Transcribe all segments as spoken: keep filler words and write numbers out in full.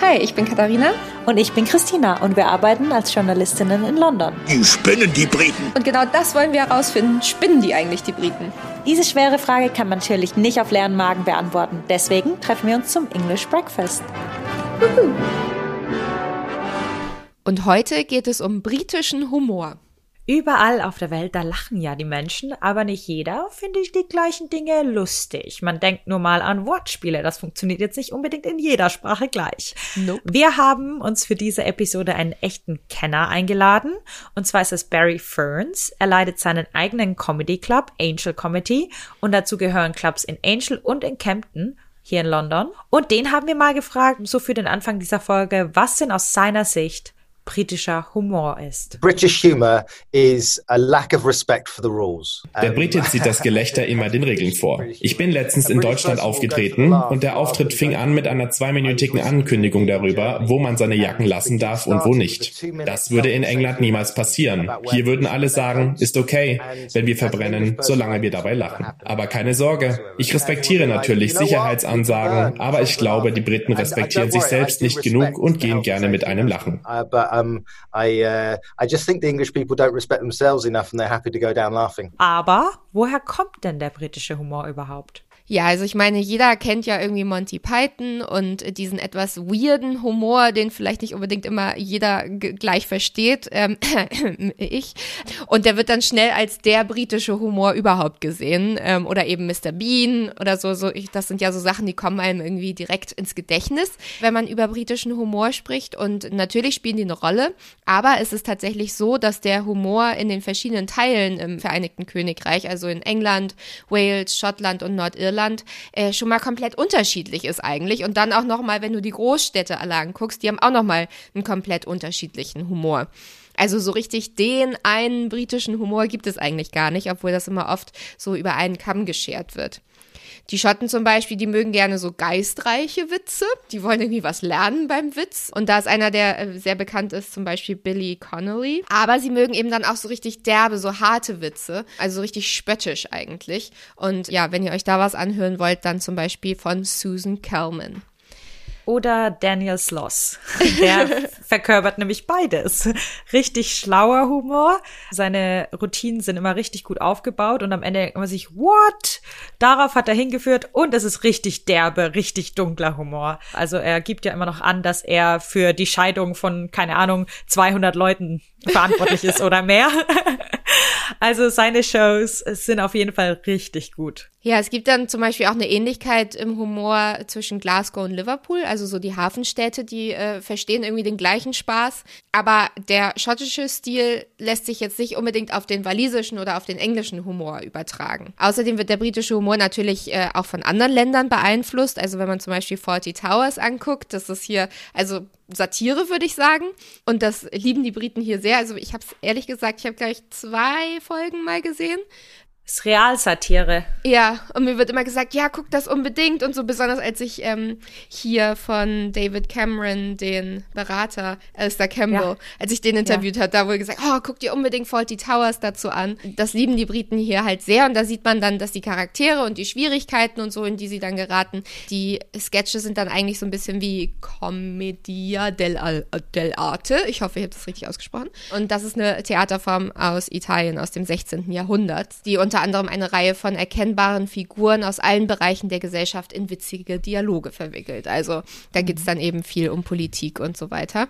Hi, ich bin Katharina. Und ich bin Christina und wir arbeiten als Journalistinnen in London. Die spinnen, die Briten. Und genau das wollen wir herausfinden. Spinnen die eigentlich, die Briten? Diese schwere Frage kann man natürlich nicht auf leeren Magen beantworten. Deswegen treffen wir uns zum English Breakfast. Juhu. Und heute geht es um britischen Humor. Überall auf der Welt, da lachen ja die Menschen, aber nicht jeder findet die gleichen Dinge lustig. Man denkt nur mal an Wortspiele, das funktioniert jetzt nicht unbedingt in jeder Sprache gleich. Nope. Wir haben uns für diese Episode einen echten Kenner eingeladen, und zwar ist es Barry Ferns. Er leitet seinen eigenen Comedy Club, Angel Comedy, und dazu gehören Clubs in Angel und in Camden, hier in London. Und den haben wir mal gefragt, so für den Anfang dieser Folge, was denn aus seiner Sicht britischer Humor ist. British humor is a lack of respect for the rules. Der Brite zieht das Gelächter immer den Regeln vor. Ich bin letztens in Deutschland aufgetreten und der Auftritt fing an mit einer zweiminütigen Ankündigung darüber, wo man seine Jacken lassen darf und wo nicht. Das würde in England niemals passieren. Hier würden alle sagen, ist okay, wenn wir verbrennen, solange wir dabei lachen. Aber keine Sorge, ich respektiere natürlich Sicherheitsansagen, aber ich glaube, die Briten respektieren sich selbst nicht genug und gehen gerne mit einem lachen. Um, I, uh, I just think the English people don't respect themselves enough and they're happy to go down laughing. Aber woher kommt denn der britische Humor überhaupt? Ja, also ich meine, jeder kennt ja irgendwie Monty Python und diesen etwas weirden Humor, den vielleicht nicht unbedingt immer jeder g- gleich versteht, ähm, ich. Und der wird dann schnell als der britische Humor überhaupt gesehen, ähm, oder eben Mister Bean oder so. so ich, das sind ja so Sachen, die kommen einem irgendwie direkt ins Gedächtnis, wenn man über britischen Humor spricht. Und natürlich spielen die eine Rolle, aber es ist tatsächlich so, dass der Humor in den verschiedenen Teilen im Vereinigten Königreich, also in England, Wales, Schottland und Nordirland, Äh, schon mal komplett unterschiedlich ist eigentlich. Und dann auch nochmal, wenn du die Großstädte alle anguckst, die haben auch nochmal einen komplett unterschiedlichen Humor. Also so richtig den einen britischen Humor gibt es eigentlich gar nicht, obwohl das immer oft so über einen Kamm geschert wird. Die Schotten zum Beispiel, die mögen gerne so geistreiche Witze. Die wollen irgendwie was lernen beim Witz. Und da ist einer, der äh, sehr bekannt ist, zum Beispiel Billy Connolly. Aber sie mögen eben dann auch so richtig derbe, so harte Witze. Also so richtig spöttisch eigentlich. Und ja, wenn ihr euch da was anhören wollt, dann zum Beispiel von Susan Calman. Oder Daniel Sloss. Der verkörpert nämlich beides. Richtig schlauer Humor. Seine Routinen sind immer richtig gut aufgebaut und am Ende denkt man sich, what? Darauf hat er hingeführt und es ist richtig derbe, richtig dunkler Humor. Also er gibt ja immer noch an, dass er für die Scheidung von, keine Ahnung, zweihundert Leuten verantwortlich ist oder mehr. Also seine Shows sind auf jeden Fall richtig gut. Ja, es gibt dann zum Beispiel auch eine Ähnlichkeit im Humor zwischen Glasgow und Liverpool, also so die Hafenstädte, die äh, verstehen irgendwie den gleichen Spaß, aber der schottische Stil lässt sich jetzt nicht unbedingt auf den walisischen oder auf den englischen Humor übertragen. Außerdem wird der britische Humor natürlich äh, auch von anderen Ländern beeinflusst, also wenn man zum Beispiel Fawlty Towers anguckt, das ist hier, also Satire, würde ich sagen. Und das lieben die Briten hier sehr. Also ich habe es ehrlich gesagt, ich habe gleich zwei Folgen mal gesehen. Das ist Realsatire. Ja, und mir wird immer gesagt, ja, guck das unbedingt. Und so besonders, als ich ähm, hier von David Cameron, den Berater, Alistair Campbell, ja. als ich den interviewt ja. habe, da wurde gesagt, oh, guck dir unbedingt Fawlty Towers dazu an. Das lieben die Briten hier halt sehr. Und da sieht man dann, dass die Charaktere und die Schwierigkeiten und so, in die sie dann geraten, die Sketche sind dann eigentlich so ein bisschen wie Commedia dell, dell'arte. Ich hoffe, ich habe das richtig ausgesprochen. Und das ist eine Theaterform aus Italien, aus dem sechzehnten Jahrhundert, die unter anderem eine Reihe von erkennbaren Figuren aus allen Bereichen der Gesellschaft in witzige Dialoge verwickelt. Also da geht's dann eben viel um Politik und so weiter.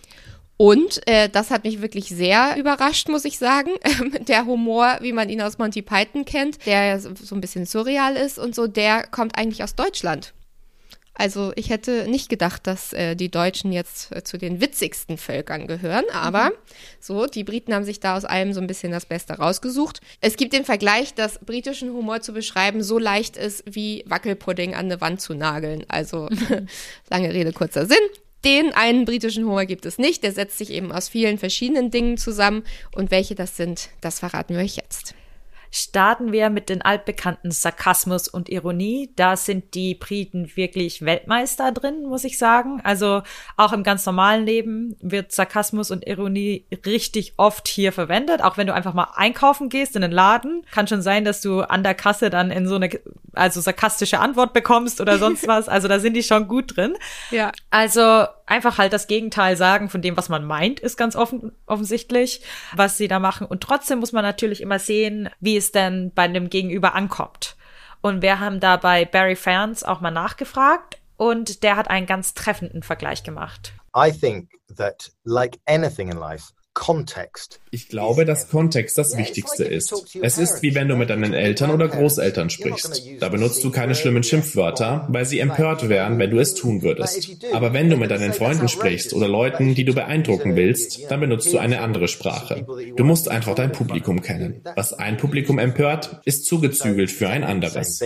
Und äh, das hat mich wirklich sehr überrascht, muss ich sagen. Der Humor, wie man ihn aus Monty Python kennt, der so ein bisschen surreal ist und so, der kommt eigentlich aus Deutschland. Also ich hätte nicht gedacht, dass äh, die Deutschen jetzt äh, zu den witzigsten Völkern gehören, aber mhm. so, die Briten haben sich da aus allem so ein bisschen das Beste rausgesucht. Es gibt den Vergleich, dass britischen Humor zu beschreiben so leicht ist, wie Wackelpudding an eine Wand zu nageln. Also lange Rede, kurzer Sinn. Den einen britischen Humor gibt es nicht, der setzt sich eben aus vielen verschiedenen Dingen zusammen und welche das sind, das verraten wir euch jetzt. Starten wir mit den altbekannten Sarkasmus und Ironie. Da sind die Briten wirklich Weltmeister drin, muss ich sagen. Also auch im ganz normalen Leben wird Sarkasmus und Ironie richtig oft hier verwendet. Auch wenn du einfach mal einkaufen gehst in den Laden, kann schon sein, dass du an der Kasse dann in so eine also sarkastische Antwort bekommst oder sonst was. Also da sind die schon gut drin. Ja. Also einfach halt das Gegenteil sagen von dem, was man meint, ist ganz offen, offensichtlich, was sie da machen. Und trotzdem muss man natürlich immer sehen, wie es denn bei dem Gegenüber ankommt. Und wir haben da bei Barry Ferns auch mal nachgefragt und der hat einen ganz treffenden Vergleich gemacht. I think that, like anything in life, Kontext. Ich glaube, dass Kontext das Wichtigste ist. Es ist wie wenn du mit deinen Eltern oder Großeltern sprichst. Da benutzt du keine schlimmen Schimpfwörter, weil sie empört wären, wenn du es tun würdest. Aber wenn du mit deinen Freunden sprichst oder Leuten, die du beeindrucken willst, dann benutzt du eine andere Sprache. Du musst einfach dein Publikum kennen. Was ein Publikum empört, ist zugezügelt für ein anderes.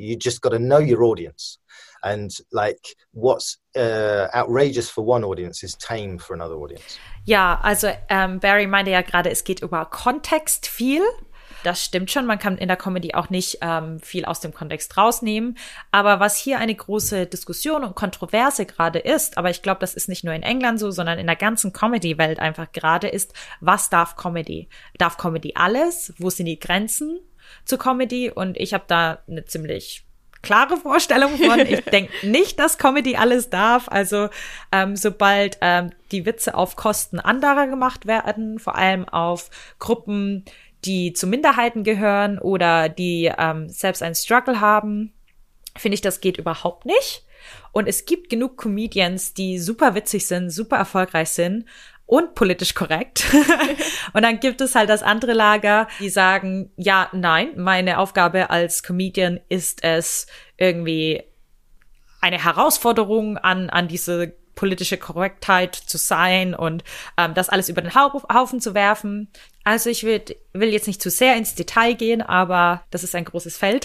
And like what's uh, outrageous for one audience is tame for another audience. Ja, also ähm, Barry meinte ja gerade, es geht über Kontext viel. Das stimmt schon, man kann in der Comedy auch nicht ähm, viel aus dem Kontext rausnehmen. Aber was hier eine große Diskussion und Kontroverse gerade ist, aber ich glaube, das ist nicht nur in England so, sondern in der ganzen Comedy-Welt einfach gerade ist, was darf Comedy? Darf Comedy alles? Wo sind die Grenzen zu Comedy? Und ich habe da eine ziemlich klare Vorstellung von. Ich denke nicht, dass Comedy alles darf. Also ähm, sobald ähm, die Witze auf Kosten anderer gemacht werden, vor allem auf Gruppen, die zu Minderheiten gehören oder die ähm, selbst einen Struggle haben, finde ich, das geht überhaupt nicht. Und es gibt genug Comedians, die super witzig sind, super erfolgreich sind und politisch korrekt. Und dann gibt es halt das andere Lager, die sagen, ja, nein, meine Aufgabe als Comedian ist es, irgendwie eine Herausforderung an an diese politische Korrektheit zu sein und ähm, das alles über den Haufen zu werfen. Also ich will, will jetzt nicht zu sehr ins Detail gehen, aber das ist ein großes Feld.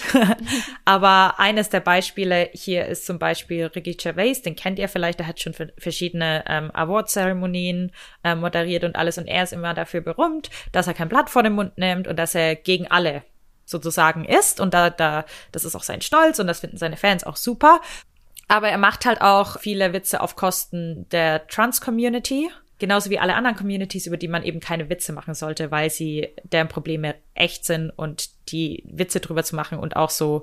Aber eines der Beispiele hier ist zum Beispiel Ricky Gervais, den kennt ihr vielleicht, der hat schon verschiedene ähm, Award-Zeremonien äh, moderiert und alles und er ist immer dafür berühmt, dass er kein Blatt vor den Mund nimmt und dass er gegen alle sozusagen ist und da, da, das ist auch sein Stolz und das finden seine Fans auch super. Aber er macht halt auch viele Witze auf Kosten der Trans-Community, genauso wie alle anderen Communities, über die man eben keine Witze machen sollte, weil sie, deren Probleme echt sind und die Witze drüber zu machen und auch so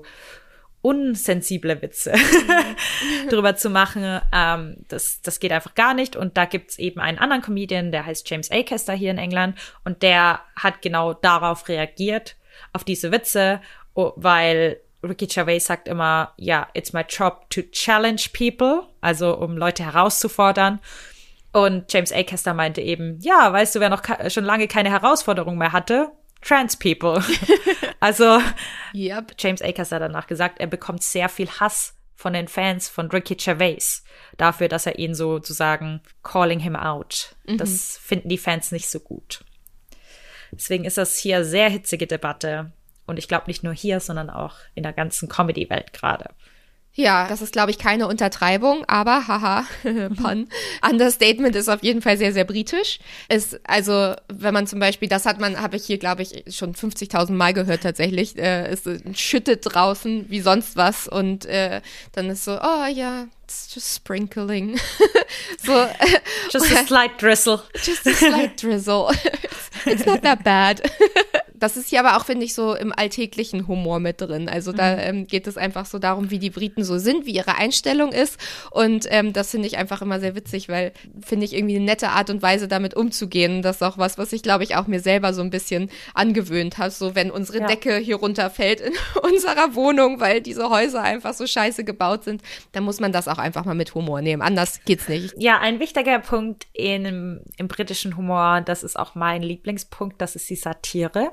unsensible Witze mhm. drüber zu machen, ähm, das, das geht einfach gar nicht. Und da gibt's eben einen anderen Comedian, der heißt James Acaster hier in England und der hat genau darauf reagiert, auf diese Witze, weil Ricky Gervais sagt immer, ja, it's my job to challenge people, also um Leute herauszufordern. Und James Acaster meinte eben, ja, weißt du, wer noch ka- schon lange keine Herausforderung mehr hatte? Trans people. Also yep. James Acaster hat danach gesagt, er bekommt sehr viel Hass von den Fans von Ricky Gervais dafür, dass er ihn sozusagen calling him out. Mhm. Das finden die Fans nicht so gut. Deswegen ist das hier sehr hitzige Debatte. Und ich glaube nicht nur hier, sondern auch in der ganzen Comedy-Welt gerade. Ja, das ist, glaube ich, keine Untertreibung, aber haha, Pun. Understatement ist auf jeden Fall sehr, sehr britisch. Ist, also, wenn man zum Beispiel, das hat man, habe ich hier, glaube ich, schon fünfzigtausend Mal gehört tatsächlich, äh, es schüttet draußen wie sonst was und äh, dann ist so, oh ja, it's just sprinkling. so, äh, just a slight drizzle. Just a slight drizzle. It's not that bad. Das ist hier aber auch, finde ich, so im alltäglichen Humor mit drin. Also da ähm, geht es einfach so darum, wie die Briten so sind, wie ihre Einstellung ist. Und ähm, das finde ich einfach immer sehr witzig, weil, finde ich, irgendwie eine nette Art und Weise, damit umzugehen. Das ist auch was, was ich, glaube ich, auch mir selber so ein bisschen angewöhnt habe. So, wenn unsere ja. Decke hier runterfällt in unserer Wohnung, weil diese Häuser einfach so scheiße gebaut sind, dann muss man das auch einfach mal mit Humor nehmen. Anders geht's nicht. Ja, ein wichtiger Punkt in, im britischen Humor, das ist auch mein Lieblingspunkt, das ist die Satire.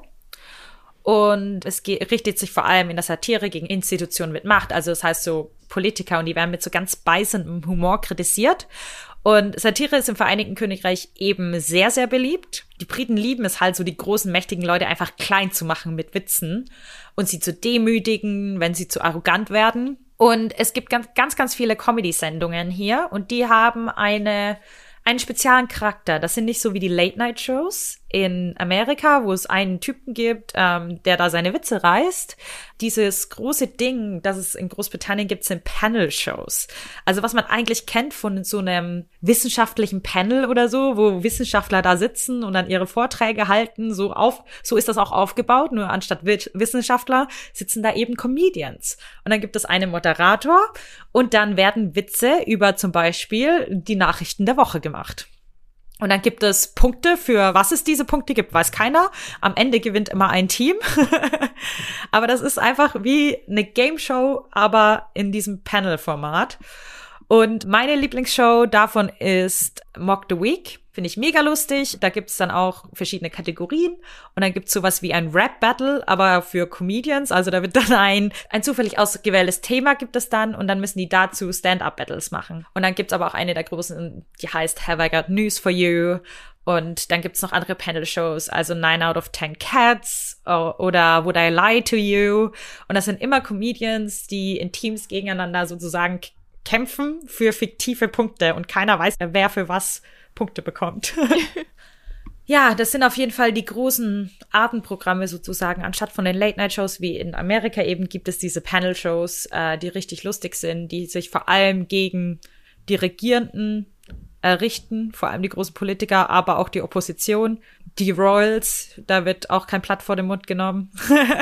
Und es geht, richtet sich vor allem in der Satire gegen Institutionen mit Macht. Also das heißt so Politiker und die werden mit so ganz beißendem Humor kritisiert. Und Satire ist im Vereinigten Königreich eben sehr, sehr beliebt. Die Briten lieben es halt so, die großen, mächtigen Leute einfach klein zu machen mit Witzen und sie zu demütigen, wenn sie zu arrogant werden. Und es gibt ganz, ganz, ganz viele Comedy-Sendungen hier und die haben eine einen speziellen Charakter. Das sind nicht so wie die Late-Night-Shows, in Amerika, wo es einen Typen gibt, ähm, der da seine Witze reißt. Dieses große Ding, das es in Großbritannien gibt, sind Panel-Shows. Also was man eigentlich kennt von so einem wissenschaftlichen Panel oder so, wo Wissenschaftler da sitzen und dann ihre Vorträge halten, so auf, so ist das auch aufgebaut, nur anstatt Wissenschaftler sitzen da eben Comedians. Und dann gibt es einen Moderator und dann werden Witze über zum Beispiel die Nachrichten der Woche gemacht. Und dann gibt es Punkte, für was es diese Punkte gibt, weiß keiner. Am Ende gewinnt immer ein Team. Aber das ist einfach wie eine Game Show, aber in diesem Panel-Format. Und meine Lieblingsshow davon ist Mock the Week. Finde ich mega lustig. Da gibt's dann auch verschiedene Kategorien. Und dann gibt's sowas wie ein Rap-Battle, aber für Comedians. Also da wird dann ein, ein zufällig ausgewähltes Thema gibt es dann. Und dann müssen die dazu Stand-Up-Battles machen. Und dann gibt's aber auch eine der großen, die heißt Have I Got News for You? Und dann gibt's noch andere Panel-Shows, also Nine out of Ten Cats oder Would I Lie to You? Und das sind immer Comedians, die in Teams gegeneinander sozusagen kämpfen für fiktive Punkte. Und keiner weiß, wer für was Punkte bekommt. Ja, das sind auf jeden Fall die großen Abendprogramme sozusagen. Anstatt von den Late-Night-Shows wie in Amerika eben gibt es diese Panel-Shows, äh, die richtig lustig sind, die sich vor allem gegen die Regierenden äh, richten, vor allem die großen Politiker, aber auch die Opposition. Die Royals, da wird auch kein Blatt vor den Mund genommen.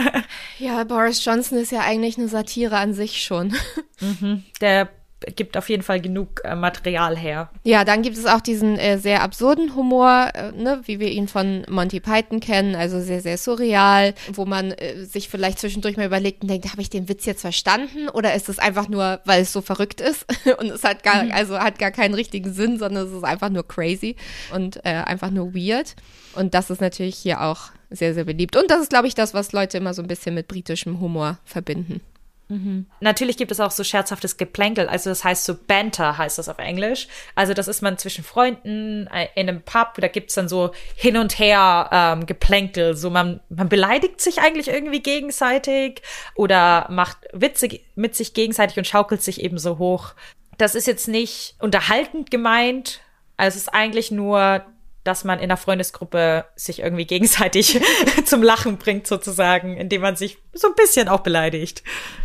Ja, Boris Johnson ist ja eigentlich eine Satire an sich schon. Mhm, der gibt auf jeden Fall genug äh, Material her. Ja, dann gibt es auch diesen äh, sehr absurden Humor, äh, ne, wie wir ihn von Monty Python kennen, also sehr, sehr surreal, wo man äh, sich vielleicht zwischendurch mal überlegt und denkt, habe ich den Witz jetzt verstanden oder ist es einfach nur, weil es so verrückt ist und es hat gar, mhm. also hat gar keinen richtigen Sinn, sondern es ist einfach nur crazy und äh, einfach nur weird. Und das ist natürlich hier auch sehr, sehr beliebt. Und das ist, glaube ich, das, was Leute immer so ein bisschen mit britischem Humor verbinden. Mhm. Natürlich gibt es auch so scherzhaftes Geplänkel, also das heißt so Banter heißt das auf Englisch. Also das ist man zwischen Freunden in einem Pub, da gibt's dann so hin und her ähm, Geplänkel, so man man beleidigt sich eigentlich irgendwie gegenseitig oder macht Witze mit sich gegenseitig und schaukelt sich eben so hoch. Das ist jetzt nicht unterhaltend gemeint, also es ist eigentlich nur, dass man in der Freundesgruppe sich irgendwie gegenseitig zum Lachen bringt sozusagen, indem man sich so ein bisschen auch beleidigt.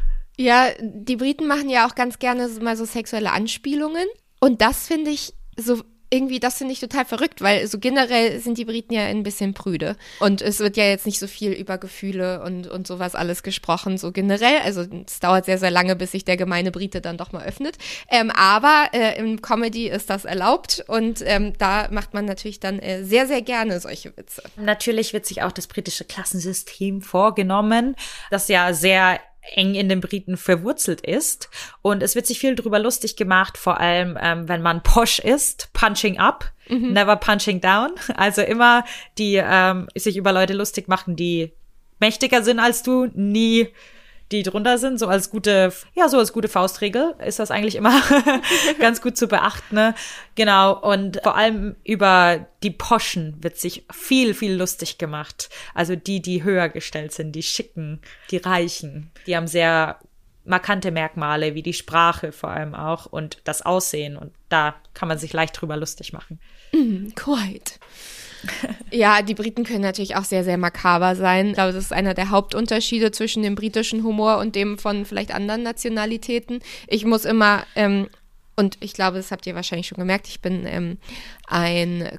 Ja, die Briten machen ja auch ganz gerne mal so sexuelle Anspielungen. Und das finde ich so irgendwie, das finde ich total verrückt, weil so generell sind die Briten ja ein bisschen prüde. Und es wird ja jetzt nicht so viel über Gefühle und, und sowas alles gesprochen, so generell. Also es dauert sehr, sehr lange, bis sich der gemeine Brite dann doch mal öffnet. Ähm, aber äh, im Comedy ist das erlaubt und ähm, da macht man natürlich dann äh, sehr, sehr gerne solche Witze. Natürlich wird sich auch das britische Klassensystem vorgenommen, das ja sehr eng in den Briten verwurzelt ist. Und es wird sich viel drüber lustig gemacht, vor allem, ähm, wenn man posh ist, punching up, mhm. never punching down. Also immer die ähm, sich über Leute lustig machen, die mächtiger sind als du, nie die drunter sind, so als gute, ja, so als gute Faustregel ist das eigentlich immer ganz gut zu beachten, ne? Genau, und vor allem über die Poschen wird sich viel, viel lustig gemacht. Also die, die höher gestellt sind, die Schicken, die Reichen, die haben sehr markante Merkmale, wie die Sprache vor allem auch und das Aussehen und da kann man sich leicht drüber lustig machen. Mm, quite. Ja, die Briten können natürlich auch sehr, sehr makaber sein. Ich glaube, das ist einer der Hauptunterschiede zwischen dem britischen Humor und dem von vielleicht anderen Nationalitäten. Ich muss immer, ähm, und ich glaube, das habt ihr wahrscheinlich schon gemerkt, ich bin ähm, ein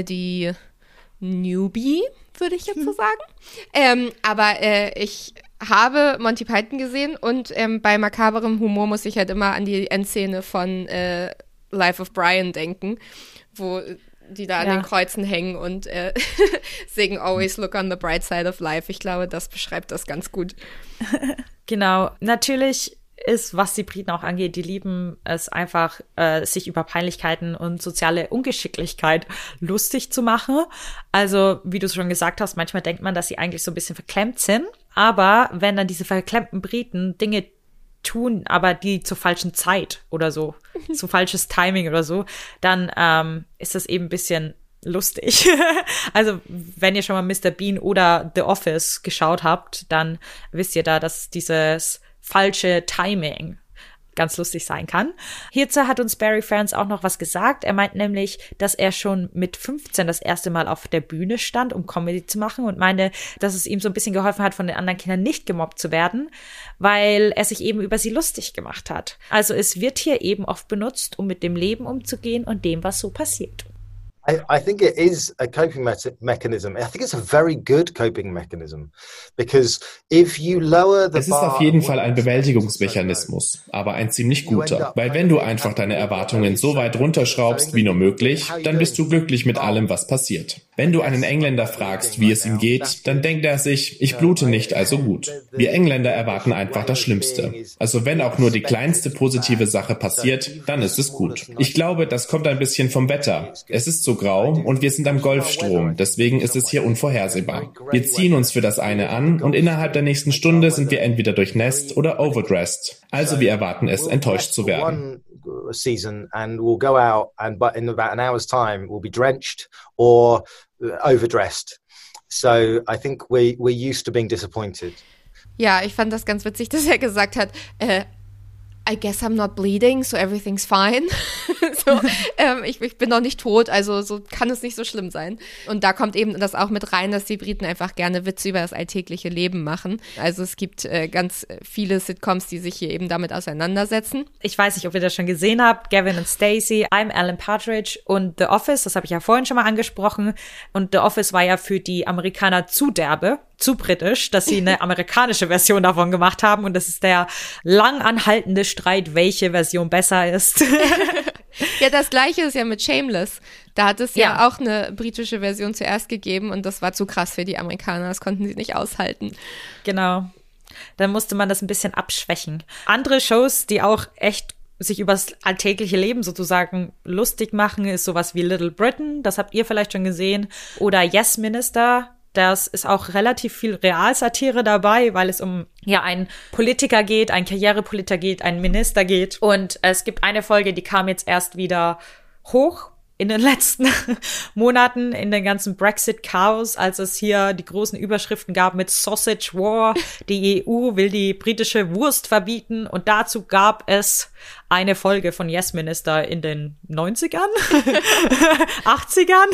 Comedy-Newbie, würde ich jetzt so sagen. Ähm, aber äh, ich habe Monty Python gesehen und ähm, bei makaberem Humor muss ich halt immer an die Endszene von äh, Life of Brian denken, wo die da an ja. den Kreuzen hängen und äh, singen Always Look on the Bright Side of Life. Ich glaube, das beschreibt das ganz gut. Genau. Natürlich ist, was die Briten auch angeht, die lieben es einfach, äh, sich über Peinlichkeiten und soziale Ungeschicklichkeit lustig zu machen. Also, wie du schon gesagt hast, manchmal denkt man, dass sie eigentlich so ein bisschen verklemmt sind. Aber wenn dann diese verklemmten Briten Dinge tun, aber die zur falschen Zeit oder so, zu falsches Timing oder so, dann ähm, ist das eben ein bisschen lustig. Also wenn ihr schon mal Mister Bean oder The Office geschaut habt, dann wisst ihr da, dass dieses falsche Timing ganz lustig sein kann. Hierzu hat uns Barry Ferns auch noch was gesagt. Er meint nämlich, dass er schon mit fünfzehn das erste Mal auf der Bühne stand, um Comedy zu machen und meinte, dass es ihm so ein bisschen geholfen hat, von den anderen Kindern nicht gemobbt zu werden, weil er sich eben über sie lustig gemacht hat. Also es wird hier eben oft benutzt, um mit dem Leben umzugehen und dem, was so passiert. I, I think it is a coping me- mechanism. I think it's a very good coping mechanism, because if you lower the Es ist auf jeden Fall ein Bewältigungsmechanismus, aber ein ziemlich guter, weil wenn du einfach deine Erwartungen so weit runterschraubst wie nur möglich, dann bist du glücklich mit allem, was passiert. Wenn du einen Engländer fragst, wie es ihm geht, dann denkt er sich, ich blute nicht, also gut. Wir Engländer erwarten einfach das Schlimmste. Also wenn auch nur die kleinste positive Sache passiert, dann ist es gut. Ich glaube, das kommt ein bisschen vom Wetter. Es ist so grau und wir sind am Golfstrom, deswegen ist es hier unvorhersehbar. Wir ziehen uns für das eine an und innerhalb der nächsten Stunde sind wir entweder durchnässt oder overdressed. Also wir erwarten es, enttäuscht zu werden. Season and we'll go out and but in about an hour's time we'll be drenched or overdressed. So I think we we're used to being disappointed. Ja, ich fand das ganz witzig, dass er gesagt hat, äh, I guess I'm not bleeding, so everything's fine. so, ähm, ich, ich bin noch nicht tot, also so kann es nicht so schlimm sein. Und da kommt eben das auch mit rein, dass die Briten einfach gerne Witze über das alltägliche Leben machen. Also es gibt äh, ganz viele Sitcoms, die sich hier eben damit auseinandersetzen. Ich weiß nicht, ob ihr das schon gesehen habt. Gavin und Stacey, I'm Alan Partridge und The Office, das habe ich ja vorhin schon mal angesprochen. Und The Office war ja für die Amerikaner zu derbe, zu britisch, dass sie eine amerikanische Version davon gemacht haben. Und das ist der lang anhaltende Streit, welche Version besser ist. Ja, das Gleiche ist ja mit Shameless. Da hat es ja. Ja. auch eine britische Version zuerst gegeben und das war zu krass für die Amerikaner. Das konnten sie nicht aushalten. Genau. Dann musste man das ein bisschen abschwächen. Andere Shows, die auch echt sich übers alltägliche Leben sozusagen lustig machen, ist sowas wie Little Britain. Das habt ihr vielleicht schon gesehen. Oder Yes Minister. Das ist auch relativ viel Realsatire dabei, weil es um ja einen Politiker geht, einen Karrierepolitiker geht, einen Minister geht. Und es gibt eine Folge, die kam jetzt erst wieder hoch in den letzten Monaten, in den ganzen Brexit-Chaos, als es hier die großen Überschriften gab mit Sausage War, die E U will die britische Wurst verbieten und dazu gab es eine Folge von Yes Minister in den neunzigern, achtzigern.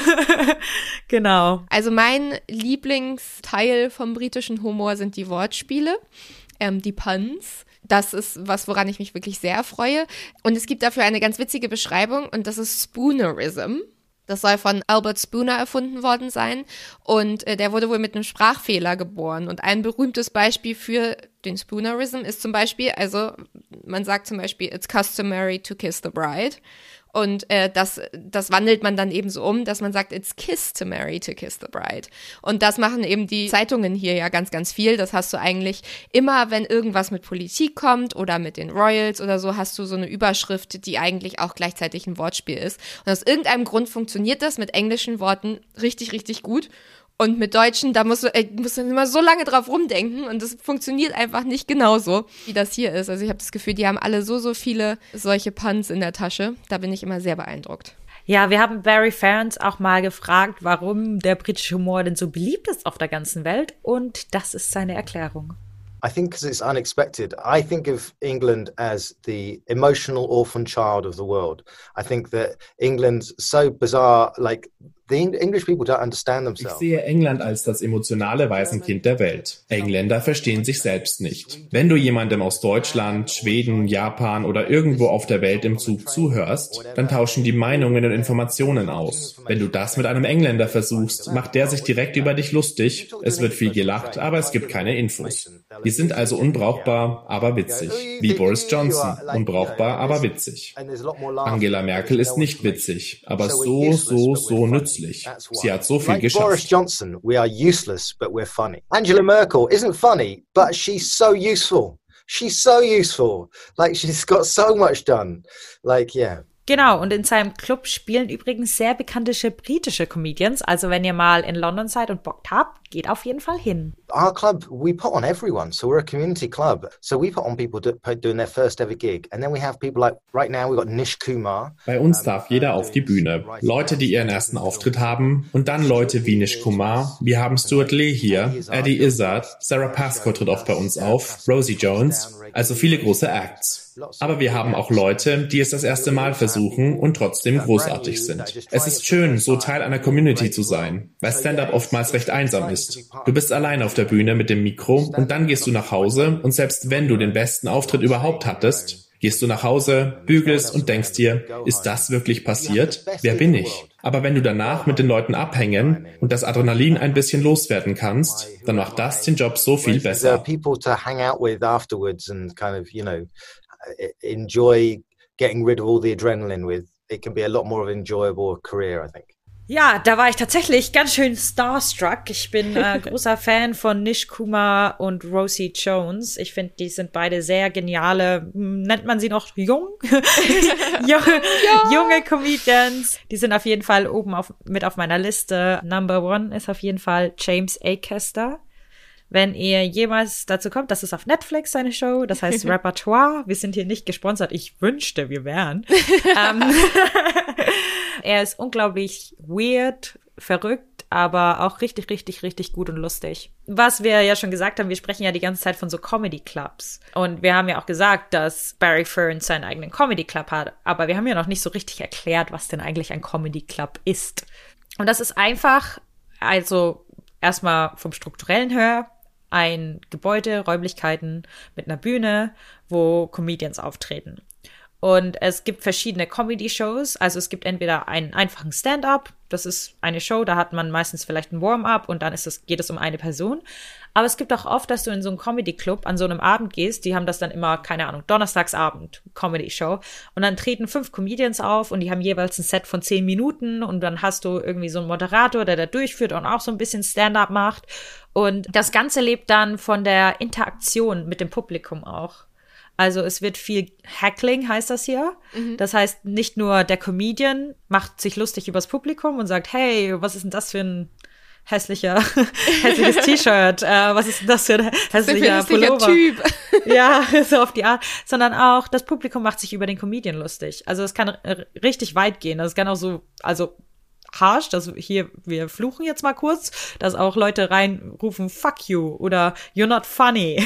Genau. Also mein Lieblingsteil vom britischen Humor sind die Wortspiele, ähm, die Puns. Das ist was, woran ich mich wirklich sehr freue. Und es gibt dafür eine ganz witzige Beschreibung und das ist Spoonerism. Das soll von Albert Spooner erfunden worden sein und äh, der wurde wohl mit einem Sprachfehler geboren. Und ein berühmtes Beispiel für den Spoonerism ist zum Beispiel, also man sagt zum Beispiel, it's customary to kiss the bride. Und äh, das, das wandelt man dann eben so um, dass man sagt, it's customary to kiss the bride. Und das machen eben die Zeitungen hier ja ganz, ganz viel. Das hast du eigentlich immer, wenn irgendwas mit Politik kommt oder mit den Royals oder so, hast du so eine Überschrift, die eigentlich auch gleichzeitig ein Wortspiel ist. Und aus irgendeinem Grund funktioniert das mit englischen Worten richtig, richtig gut. Und mit Deutschen, da musst du, ey, musst du immer so lange drauf rumdenken und das funktioniert einfach nicht genauso, wie das hier ist. Also ich habe das Gefühl, die haben alle so, so viele solche Puns in der Tasche. Da bin ich immer sehr beeindruckt. Ja, wir haben Barry Ferns auch mal gefragt, warum der britische Humor denn so beliebt ist auf der ganzen Welt. Und das ist seine Erklärung. I think because it's unexpected. I think of England as the emotional orphan child of the world. I think that England's so bizarre, like the English people don't understand themselves. Ich sehe England als das emotionale Waisenkind der Welt. Engländer verstehen sich selbst nicht. Wenn du jemandem aus Deutschland, Schweden, Japan oder irgendwo auf der Welt im Zug zuhörst, dann tauschen die Meinungen und Informationen aus. Wenn du das mit einem Engländer versuchst, macht der sich direkt über dich lustig. Es wird viel gelacht, aber es gibt keine Infos. Die sind also unbrauchbar, aber witzig. Wie Boris Johnson, unbrauchbar, aber witzig. Angela Merkel ist nicht witzig, aber so, so, so nützlich. Sie hat so viel geschafft. Boris Johnson, we are useless, but we're funny. Angela Merkel isn't funny, but she's so useful. She's so useful. Like, she's got so much done. Like, yeah. Genau, und in seinem Club spielen übrigens sehr bekannte britische Comedians. Also wenn ihr mal in London seid und Bock habt, geht auf jeden Fall hin. Our club, we put on everyone. So we're a community club. So we put on people do, doing their first ever gig. And then we have people like, right now we've got Nish Kumar. Bei uns darf jeder auf die Bühne. Leute, die ihren ersten Auftritt haben. Und dann Leute wie Nish Kumar. Wir haben Stuart Lee hier, Eddie Izzard, Sarah Pascoe tritt oft bei uns auf, Rosie Jones. Also viele große Acts. Aber wir haben auch Leute, die es das erste Mal versuchen und trotzdem großartig sind. Es ist schön, so Teil einer Community zu sein, weil Stand-up oftmals recht einsam ist. Du bist allein auf der Bühne mit dem Mikro und dann gehst du nach Hause und selbst wenn du den besten Auftritt überhaupt hattest, gehst du nach Hause, bügelst und denkst dir, ist das wirklich passiert? Wer bin ich? Aber wenn du danach mit den Leuten abhängen und das Adrenalin ein bisschen loswerden kannst, dann macht das den Job so viel besser. People to hang out with afterwards and kind of, you know, enjoy getting rid of all the adrenaline with. It can be a lot more of an enjoyable career, I think. Ja, da war ich tatsächlich ganz schön starstruck. Ich bin äh, großer Fan von Nish Kumar und Rosie Jones. Ich finde, die sind beide sehr geniale, nennt man sie noch jung? junge, ja. junge Comedians. Die sind auf jeden Fall oben auf, mit auf meiner Liste. Number one ist auf jeden Fall James Acaster. Wenn ihr jemals dazu kommt, das ist auf Netflix seine Show, das heißt Repertoire. Wir sind hier nicht gesponsert. Ich wünschte, wir wären. ähm, er ist unglaublich weird, verrückt, aber auch richtig, richtig, richtig gut und lustig. Was wir ja schon gesagt haben, wir sprechen ja die ganze Zeit von so Comedy-Clubs. Und wir haben ja auch gesagt, dass Barry Ferns seinen eigenen Comedy-Club hat. Aber wir haben ja noch nicht so richtig erklärt, was denn eigentlich ein Comedy-Club ist. Und das ist einfach, also erstmal vom Strukturellen her, ein Gebäude, Räumlichkeiten mit einer Bühne, wo Comedians auftreten. Und es gibt verschiedene Comedy-Shows. Also es gibt entweder einen einfachen Stand-up, das ist eine Show, da hat man meistens vielleicht ein Warm-up und dann ist es, geht es um eine Person. Aber es gibt auch oft, dass du in so einen Comedy-Club an so einem Abend gehst, die haben das dann immer, keine Ahnung, Donnerstagsabend, Comedy-Show. Und dann treten fünf Comedians auf und die haben jeweils ein Set von zehn Minuten und dann hast du irgendwie so einen Moderator, der da durchführt und auch so ein bisschen Stand-up macht. Und das Ganze lebt dann von der Interaktion mit dem Publikum auch. Also es wird viel Heckling, heißt das hier. Mhm. Das heißt, nicht nur der Comedian macht sich lustig übers Publikum und sagt, hey, was ist denn das für ein hässlicher, hässliches T-Shirt? Äh, was ist denn das für ein hässlicher Pullover? Typ. Ja, so auf die Art. Sondern auch das Publikum macht sich über den Comedian lustig. Also es kann r- richtig weit gehen. Das kann auch so, also harsh, dass hier, wir fluchen jetzt mal kurz, dass auch Leute reinrufen, fuck you, oder you're not funny,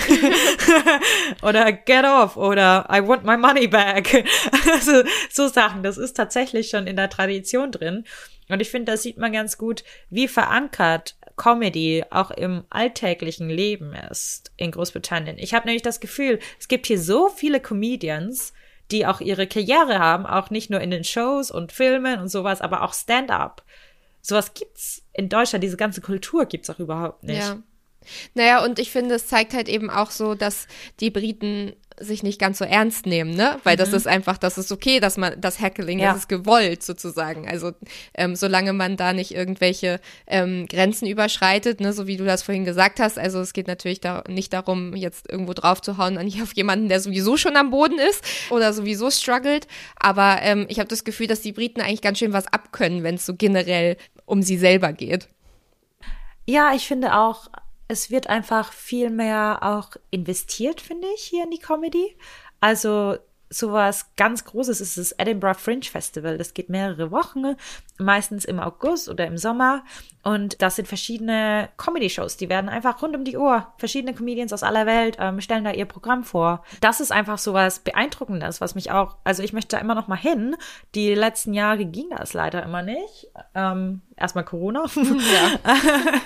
oder get off, oder I want my money back. Also, so Sachen, das ist tatsächlich schon in der Tradition drin. Und ich finde, das sieht man ganz gut, wie verankert Comedy auch im alltäglichen Leben ist in Großbritannien. Ich habe nämlich das Gefühl, es gibt hier so viele Comedians, die auch ihre Karriere haben, auch nicht nur in den Shows und Filmen und sowas, aber auch Stand-up. Sowas gibt's in Deutschland, diese ganze Kultur gibt's auch überhaupt nicht. Ja. Naja, und ich finde, es zeigt halt eben auch so, dass die Briten sich nicht ganz so ernst nehmen, ne? Weil mhm. das ist einfach, das ist okay, dass man, das Heckling, ja. das ist gewollt sozusagen. Also ähm, solange man da nicht irgendwelche ähm, Grenzen überschreitet, ne, so wie du das vorhin gesagt hast. Also es geht natürlich da nicht darum, jetzt irgendwo drauf zu hauen, nicht auf jemanden, der sowieso schon am Boden ist oder sowieso struggelt. Aber ähm, ich habe das Gefühl, dass die Briten eigentlich ganz schön was abkönnen, wenn es so generell um sie selber geht. Ja, ich finde auch, es wird einfach viel mehr auch investiert, finde ich, hier in die Comedy. Also sowas ganz Großes ist das Edinburgh Fringe Festival. Das geht mehrere Wochen, meistens im August oder im Sommer. Und das sind verschiedene Comedy-Shows. Die werden einfach rund um die Uhr, verschiedene Comedians aus aller Welt ähm, stellen da ihr Programm vor. Das ist einfach sowas Beeindruckendes, was mich auch, also ich möchte da immer noch mal hin. Die letzten Jahre ging das leider immer nicht. Ähm, erstmal Corona. Ja.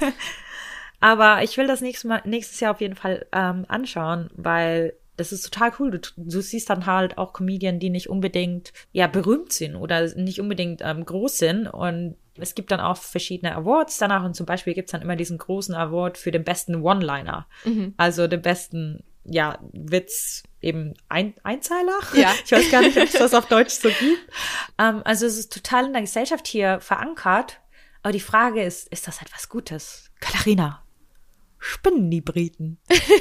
Aber ich will das nächstes Mal, nächstes Jahr auf jeden Fall ähm, anschauen, weil das ist total cool. Du, du siehst dann halt auch Comedian, die nicht unbedingt ja berühmt sind oder nicht unbedingt ähm, groß sind. Und es gibt dann auch verschiedene Awards danach. Und zum Beispiel gibt's dann immer diesen großen Award für den besten One-Liner. Mhm. Also den besten, ja, Witz, eben ein Einzeiler. Ja. Ich weiß gar nicht, ob es das auf Deutsch so gibt. Ähm, also es ist total in der Gesellschaft hier verankert. Aber die Frage ist, ist das etwas Gutes? Katharina, spinnen die Briten?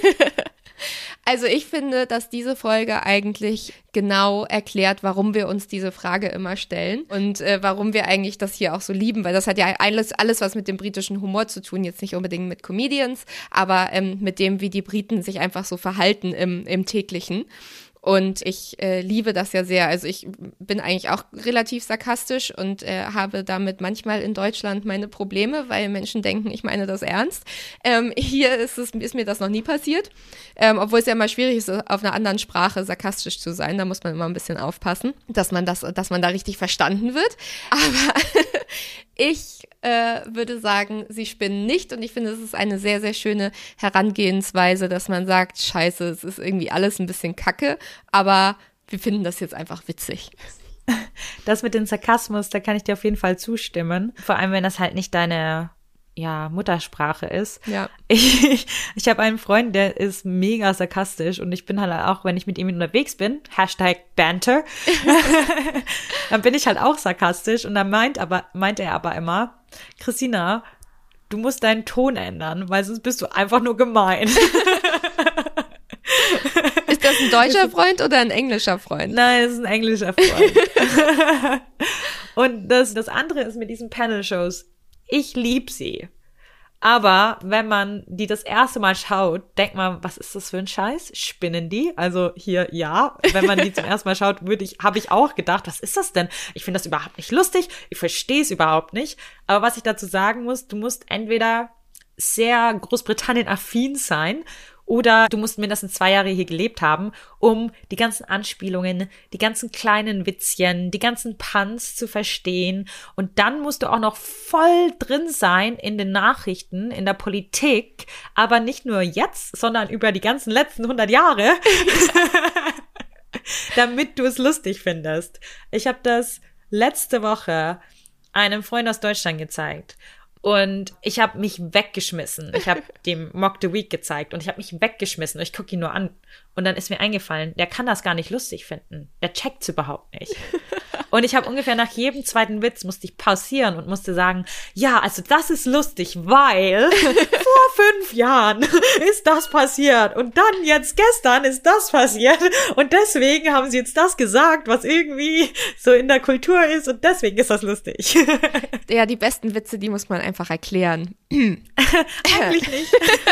Also ich finde, dass diese Folge eigentlich genau erklärt, warum wir uns diese Frage immer stellen und äh, warum wir eigentlich das hier auch so lieben, weil das hat ja alles, alles was mit dem britischen Humor zu tun, jetzt nicht unbedingt mit Comedians, aber ähm, mit dem, wie die Briten sich einfach so verhalten im, im täglichen. Und ich äh, liebe das ja sehr. Also ich bin eigentlich auch relativ sarkastisch und äh, habe damit manchmal in Deutschland meine Probleme, weil Menschen denken, ich meine das ernst. Ähm, hier ist, es, ist mir das noch nie passiert, ähm, obwohl es ja immer schwierig ist, auf einer anderen Sprache sarkastisch zu sein. Da muss man immer ein bisschen aufpassen, dass man das, dass man da richtig verstanden wird. Aber ich äh, würde sagen, sie spinnen nicht und ich finde, es ist eine sehr, sehr schöne Herangehensweise, dass man sagt, scheiße, es ist irgendwie alles ein bisschen kacke, aber wir finden das jetzt einfach witzig. Das mit dem Sarkasmus, da kann ich dir auf jeden Fall zustimmen. Vor allem, wenn das halt nicht deine ja, Muttersprache ist. Ja. Ich, ich habe einen Freund, der ist mega sarkastisch und ich bin halt auch, wenn ich mit ihm unterwegs bin, Hashtag Banter, dann bin ich halt auch sarkastisch und dann meint aber, meint er aber immer, Christina, du musst deinen Ton ändern, weil sonst bist du einfach nur gemein. Ist das ein deutscher Freund oder ein englischer Freund? Nein, es ist ein englischer Freund. Und das, das andere ist mit diesen Panel-Shows, ich liebe sie. Aber wenn man die das erste Mal schaut, denkt man, was ist das für ein Scheiß? Spinnen die? Also hier, ja. Wenn man die zum ersten Mal schaut, würde ich, habe ich auch gedacht, was ist das denn? Ich finde das überhaupt nicht lustig. Ich verstehe es überhaupt nicht. Aber was ich dazu sagen muss, du musst entweder sehr Großbritannien-affin sein oder du musst mindestens zwei Jahre hier gelebt haben, um die ganzen Anspielungen, die ganzen kleinen Witzchen, die ganzen Puns zu verstehen. Und dann musst du auch noch voll drin sein in den Nachrichten, in der Politik, aber nicht nur jetzt, sondern über die ganzen letzten hundert Jahre, damit du es lustig findest. Ich habe das letzte Woche einem Freund aus Deutschland gezeigt. Und ich habe mich weggeschmissen. Ich habe dem Mock the Week gezeigt und ich habe mich weggeschmissen. Und ich gucke ihn nur an. Und dann ist mir eingefallen, der kann das gar nicht lustig finden. Der checkt's überhaupt nicht. Und ich habe ungefähr nach jedem zweiten Witz musste ich pausieren und musste sagen, ja, also das ist lustig, weil vor fünf Jahren ist das passiert und dann jetzt gestern ist das passiert und deswegen haben sie jetzt das gesagt, was irgendwie so in der Kultur ist und deswegen ist das lustig. Ja, die besten Witze, die muss man einfach erklären. Eigentlich nicht.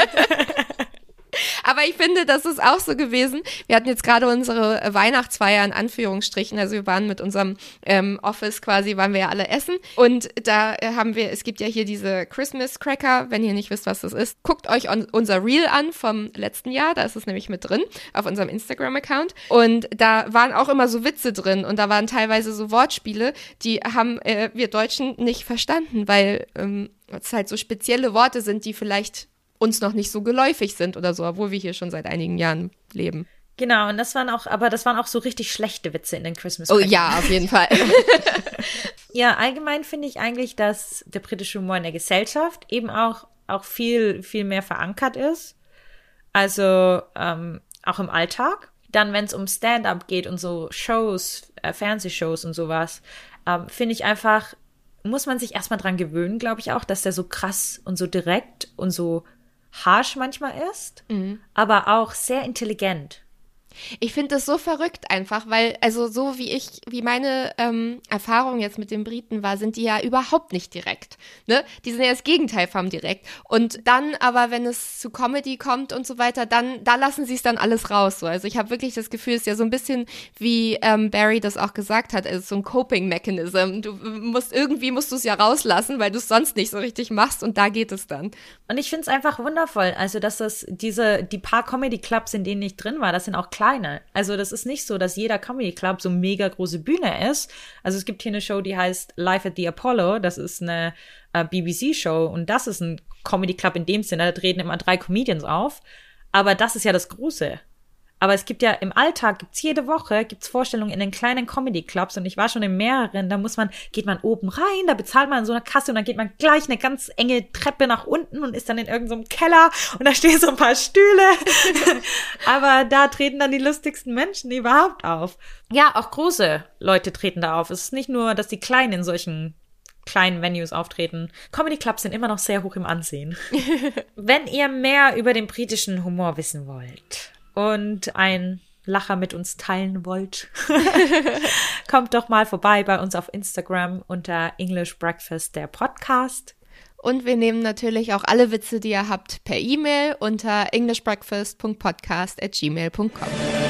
Aber ich finde, das ist auch so gewesen. Wir hatten jetzt gerade unsere Weihnachtsfeier in Anführungsstrichen. Also wir waren mit unserem ähm, Office quasi, waren wir ja alle essen. Und da äh, haben wir, es gibt ja hier diese Christmas Cracker. Wenn ihr nicht wisst, was das ist, guckt euch on, unser Reel an vom letzten Jahr. Da ist es nämlich mit drin auf unserem Instagram-Account. Und da waren auch immer so Witze drin. Und da waren teilweise so Wortspiele, die haben äh, wir Deutschen nicht verstanden, weil ähm, es halt so spezielle Worte sind, die vielleicht uns noch nicht so geläufig sind oder so, obwohl wir hier schon seit einigen Jahren leben. Genau, und das waren auch, aber das waren auch so richtig schlechte Witze in den Christmas Oh ja, auf jeden Fall. Ja, allgemein finde ich eigentlich, dass der britische Humor in der Gesellschaft eben auch, auch viel, viel mehr verankert ist. Also ähm, auch im Alltag. Dann, wenn es um Stand-up geht und so Shows, äh, Fernsehshows und sowas, ähm, finde ich einfach, muss man sich erstmal dran gewöhnen, glaube ich auch, dass der so krass und so direkt und so harsh manchmal ist, mhm. aber auch sehr intelligent. Ich finde das so verrückt einfach, weil, also so wie ich, wie meine ähm, Erfahrung jetzt mit den Briten war, sind die ja überhaupt nicht direkt, ne? Die sind ja das Gegenteil vom direkt. Und dann aber, wenn es zu Comedy kommt und so weiter, dann, da lassen sie es dann alles raus, so. Also ich habe wirklich das Gefühl, es ist ja so ein bisschen, wie ähm, Barry das auch gesagt hat, also so ein Coping-Mechanism. Du musst, irgendwie musst du es ja rauslassen, weil du es sonst nicht so richtig machst und da geht es dann. Und ich finde es einfach wundervoll, also dass das, diese, die paar Comedy-Clubs, in denen ich drin war, das sind auch kleine. Also das ist nicht so, dass jeder Comedy Club so mega große Bühne ist. Also es gibt hier eine Show, die heißt Live at the Apollo. Das ist eine äh, B B C-Show und das ist ein Comedy Club in dem Sinne. Da treten immer drei Comedians auf. Aber das ist ja das Große. Aber es gibt ja im Alltag, gibt's jede Woche, gibt's Vorstellungen in den kleinen Comedy-Clubs und ich war schon in mehreren, da muss man, geht man oben rein, da bezahlt man in so einer Kasse und dann geht man gleich eine ganz enge Treppe nach unten und ist dann in irgendeinem so Keller und da stehen so ein paar Stühle. Aber da treten dann die lustigsten Menschen überhaupt auf. Ja, auch große Leute treten da auf. Es ist nicht nur, dass die Kleinen in solchen kleinen Venues auftreten. Comedy-Clubs sind immer noch sehr hoch im Ansehen. Wenn ihr mehr über den britischen Humor wissen wollt und ein Lacher mit uns teilen wollt, kommt doch mal vorbei bei uns auf Instagram unter English Breakfast, der Podcast. Und wir nehmen natürlich auch alle Witze, die ihr habt, per E-Mail unter englishbreakfast punkt podcast at gmail punkt com.